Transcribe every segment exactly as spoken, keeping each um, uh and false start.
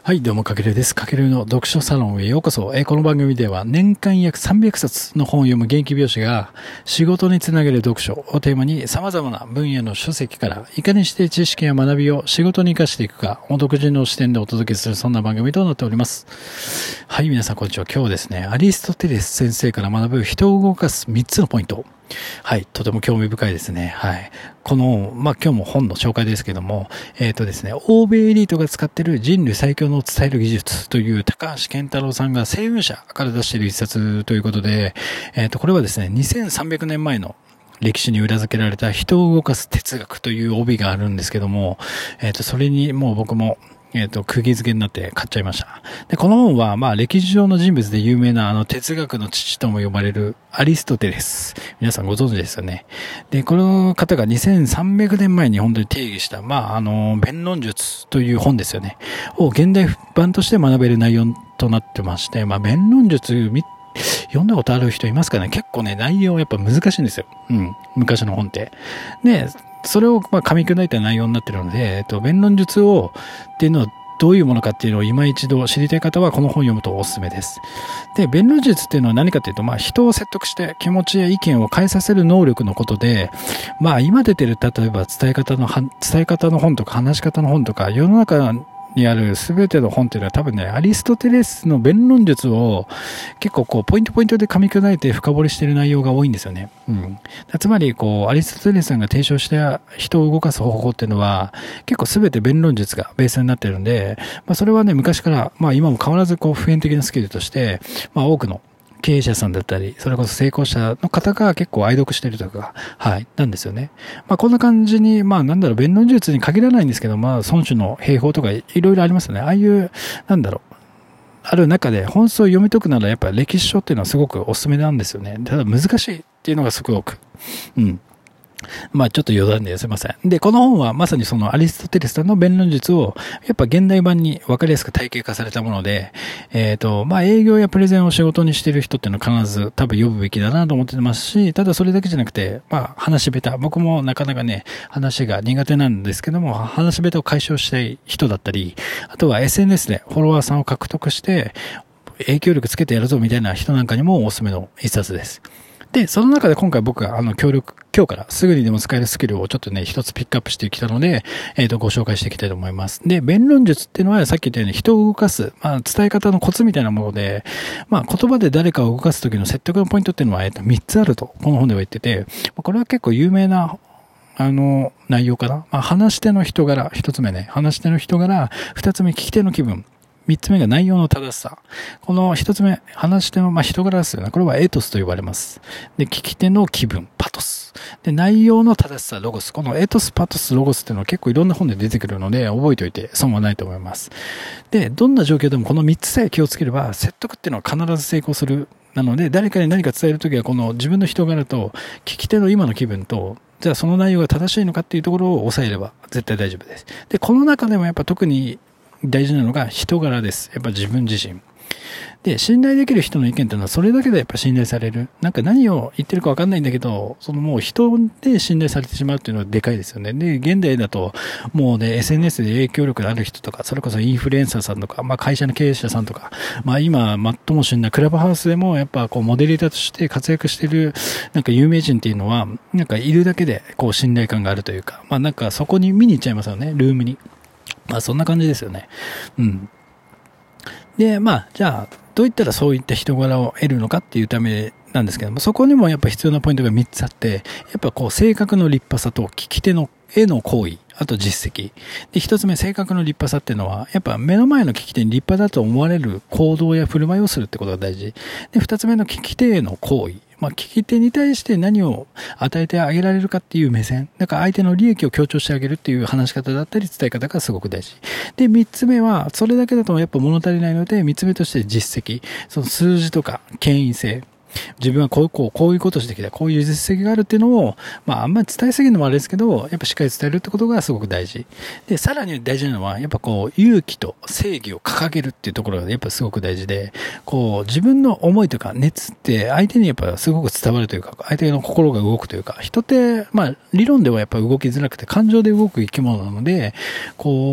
はい、どうも、かけるです。かけるの読書サロンへようこそ。えー、この番組では年間約さんびゃくさつの本を読む元気美容師が仕事につなげる読書をテーマに様々な分野の書籍からいかにして知識や学びを仕事に生かしていくかを独自の視点でお届けするそんな番組となっております。はい、皆さんこんにちは。今日はですね、アリストテレス先生から学ぶ人を動かすみっつのポイント。はい、とても興味深いですね。はい。この、まあ、今日も本の紹介ですけども、えっとですね、欧米エリートが使っている人類最強の伝える技術という高橋健太郎さんが星雲社から出している一冊ということで、えっと、これはですね、にせんさんびゃくねんまえの歴史に裏付けられた人を動かす哲学という帯があるんですけども、えっと、それにもう僕もえっと、釘付けになって買っちゃいました。で、この本は、まあ、歴史上の人物で有名な、あの、哲学の父とも呼ばれるアリストテレス。皆さんご存知ですよね。で、この方がにせんさんびゃくねんまえに本当に定義した、まあ、あの、弁論術という本ですよね。を現代版として学べる内容となってまして、まあ、弁論術、読んだことある人いますかね。結構ね、内容やっぱ難しいんですよ。うん。昔の本って。で、それをまあ噛み砕いた内容になっているので、えっと、弁論術をっていうのはどういうものかっていうのを今一度知りたい方はこの本を読むとおすすめです。で、弁論術っていうのは何かっていうと、まあ人を説得して気持ちや意見を変えさせる能力のことで、まあ今出てる例えば伝え方の、伝え方の本とか話し方の本とか世の中にあるすべての本っていうのは多分ね、アリストテレスの弁論術を結構こうポイントポイントで噛み砕いて深掘りしている内容が多いんですよね。うん。つまりこうアリストテレスさんが提唱した人を動かす方法っていうのは結構すべて弁論術がベースになっているんで、まあそれはね昔からまあ今も変わらずこう普遍的なスキルとしてまあ多くの経営者さんだったり、それこそ成功者の方が結構愛読してるとか、はい、なんですよね。まあこんな感じに、まあなんだろう、弁論術に限らないんですけど、まあ孫子の兵法とかいろいろありますよね。ああいう、なんだろう、ある中で本質を読み解くならやっぱり歴史書っていうのはすごくおすすめなんですよね。ただ難しいっていうのがすごく、うん。まあちょっと余談ですいません。で、この本はまさにそのアリストテレスさんの弁論術をやっぱ現代版に分かりやすく体系化されたもので、えっと、まあ営業やプレゼンを仕事にしている人っていうのは必ず多分読むべきだなと思ってますし、ただそれだけじゃなくて、まあ話し下手。僕もなかなかね、話が苦手なんですけども、話し下手を解消したい人だったり、あとは エスエヌエス でフォロワーさんを獲得して影響力つけてやるぞみたいな人なんかにもおすすめの一冊です。で、その中で今回僕があの協力、今日からすぐにでも使えるスキルをちょっとね、一つピックアップしてきたので、えっと、ご紹介していきたいと思います。で、弁論術っていうのはさっき言ったように人を動かす、まあ、伝え方のコツみたいなもので、まあ、言葉で誰かを動かす時の説得のポイントっていうのは、えっと、みっつあると、この本では言ってて、これは結構有名な、あの、内容かな。まあ、話し手の人柄、一つ目ね、話し手の人柄、二つ目聞き手の気分。三つ目が内容の正しさ。この一つ目、話し手の、まあ、人柄ですよね。これはエトスと呼ばれます。で、聞き手の気分、パトス。で、内容の正しさ、ロゴス。このエトス、パトス、ロゴスっていうのは結構いろんな本で出てくるので、覚えておいて損はないと思います。で、どんな状況でもこの三つさえ気をつければ、説得っていうのは必ず成功する。なので、誰かに何か伝えるときは、この自分の人柄と、聞き手の今の気分と、じゃあその内容が正しいのかっていうところを抑えれば絶対大丈夫です。で、この中でもやっぱ特に大事なのが人柄です。やっぱ自分自身。で、信頼できる人の意見っていうのはそれだけでやっぱ信頼される。なんか何を言ってるかわかんないんだけど、そのもう人で信頼されてしまうっていうのはでかいですよね。で、現代だともうね、エスエヌエス で影響力のある人とか、それこそインフルエンサーさんとか、まあ会社の経営者さんとか、まあ今、まっともしんなクラブハウスでもやっぱこうモデレーターとして活躍してるなんか有名人っていうのは、なんかいるだけでこう信頼感があるというか、まあなんかそこに見に行っちゃいますよね、ルームに。まあそんな感じですよね。うん。で、まあ、じゃあ、どういったらそういった人柄を得るのかっていうためなんですけども、そこにもやっぱ必要なポイントがみっつあって、やっぱこう、性格の立派さと聞き手のへの行為、あと実績。で、一つ目、性格の立派さっていうのは、やっぱ目の前の聞き手に立派だと思われる行動や振る舞いをするってことが大事。で、二つ目の聞き手への行為。まあ、聞き手に対して何を与えてあげられるかっていう目線。だから相手の利益を強調してあげるっていう話し方だったり伝え方がすごく大事。で、三つ目は、それだけだとやっぱ物足りないので、三つ目として実績。その数字とか、権威性。自分はこうこうこういうことしてきた、こういう実績があるっていうのを、まああんまり伝えすぎるのもあれですけど、やっぱしっかり伝えるってことがすごく大事。で、さらに大事なのは、やっぱこう勇気と正義を掲げるっていうところがやっぱすごく大事で、こう自分の思いとか熱って相手にやっぱすごく伝わるというか、相手の心が動くというか、人ってまあ理論ではやっぱ動きづらくて感情で動く生き物なので、こう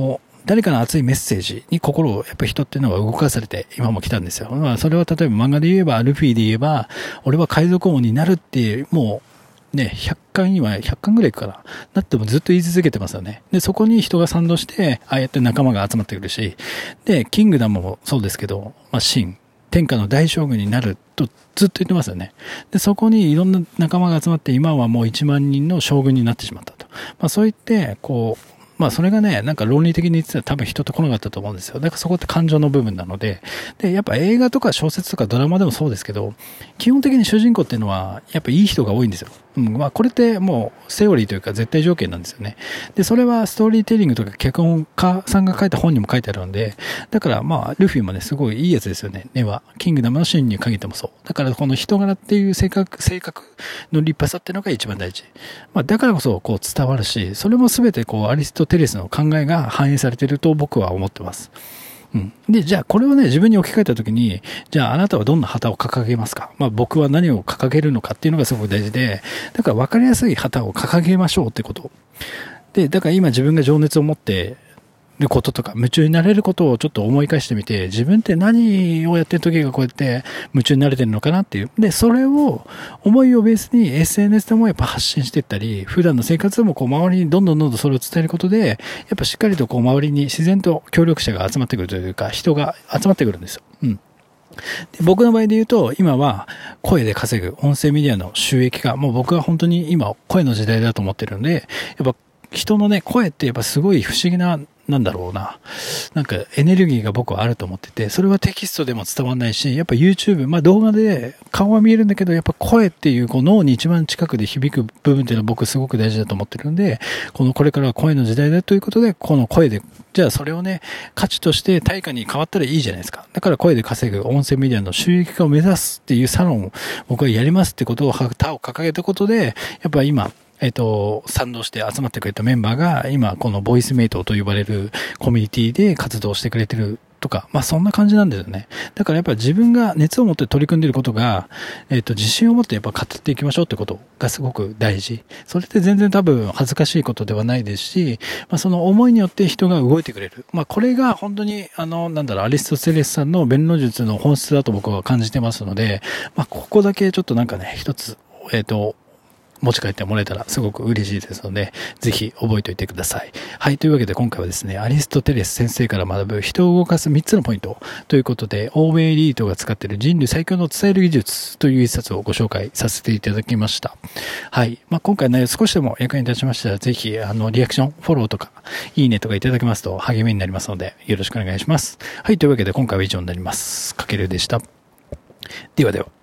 誰かの熱いメッセージに心をやっぱり人っていうのは動かされて今も来たんですよ。まあそれは例えば漫画で言えばルフィで言えば俺は海賊王になるっていうもうねひゃっかん今ひゃっかんぐらいいくからなってもずっと言い続けてますよね。でそこに人が賛同してああやって仲間が集まってくるしでキングダムもそうですけど、まあ、シン天下の大将軍になるとずっと言ってますよね。でそこにいろんな仲間が集まって今はもういちまんにんの将軍になってしまったと。まあそう言ってこうまあそれがね、なんか論理的に言ってたら多分人と来なかったと思うんですよ。だからそこって感情の部分なので、で、やっぱ映画とか小説とかドラマでもそうですけど、基本的に主人公っていうのはやっぱいい人が多いんですよ。うん、まあこれってもうセオリーというか絶対条件なんですよね。で、それはストーリーテリングとか脚本家さんが書いた本にも書いてあるんで、だからまあルフィもね、すごいいいやつですよね。根は。キングダムのシーンに限ってもそう。だからこの人柄っていう性格、性格の立派さっていうのが一番大事。まあだからこそこう伝わるし、それも全てこうアリストテレスの考えが反映されていると僕は思ってます。うん。で、じゃあこれをね、自分に置き換えたときに、じゃああなたはどんな旗を掲げますか？まあ僕は何を掲げるのかっていうのがすごく大事で、だから分かりやすい旗を掲げましょうってこと。で、だから今自分が情熱を持ってることとか、夢中になれることをちょっと思い返してみて、自分って何をやってる時がこうやって夢中になれてるのかなっていう。で、それを、思いをベースに エスエヌエス でもやっぱ発信していったり、普段の生活でもこう周りにどんどんどんどんそれを伝えることで、やっぱしっかりとこう周りに自然と協力者が集まってくるというか、人が集まってくるんですよ。うん。で僕の場合で言うと、今は声で稼ぐ音声メディアの収益化、もう僕は本当に今声の時代だと思ってるんで、やっぱ人のね、声ってやっぱすごい不思議な、なんだろうな。なんかエネルギーが僕はあると思ってて、それはテキストでも伝わんないし、やっぱ YouTube、まあ動画で顔は見えるんだけど、やっぱ声っていうこう脳に一番近くで響く部分っていうのは僕すごく大事だと思ってるんで、このこれからは声の時代だということで、この声で、じゃあそれをね、価値として対価に変わったらいいじゃないですか。だから声で稼ぐ音声メディアの収益化を目指すっていうサロンを僕はやりますってことを旗を掲げたことで、やっぱ今、えっと、賛同して集まってくれたメンバーが、今、このボイスメイトと呼ばれるコミュニティで活動してくれてるとか、まあそんな感じなんですよね。だからやっぱ自分が熱を持って取り組んでいることが、えっと、自信を持ってやっぱ語っていきましょうってことがすごく大事。それって全然多分恥ずかしいことではないですし、まあその思いによって人が動いてくれる。まあこれが本当に、あの、なんだろう、アリストテレスさんの弁論術の本質だと僕は感じてますので、まあここだけちょっとなんかね、一つ、えっと、持ち帰ってもらえたらすごく嬉しいですので、ぜひ覚えておいてください。はい、というわけで今回はですね、アリストテレス先生から学ぶ人を動かすみっつのポイントということで、欧米エリートが使っている人類最強の伝える技術という一冊をご紹介させていただきました。はい、まあ、今回ね、少しでも役に立ちましたら、ぜひ、あの、リアクション、フォローとか、いいねとかいただけますと励みになりますので、よろしくお願いします。はい、というわけで今回は以上になります。かけるでした。ではでは。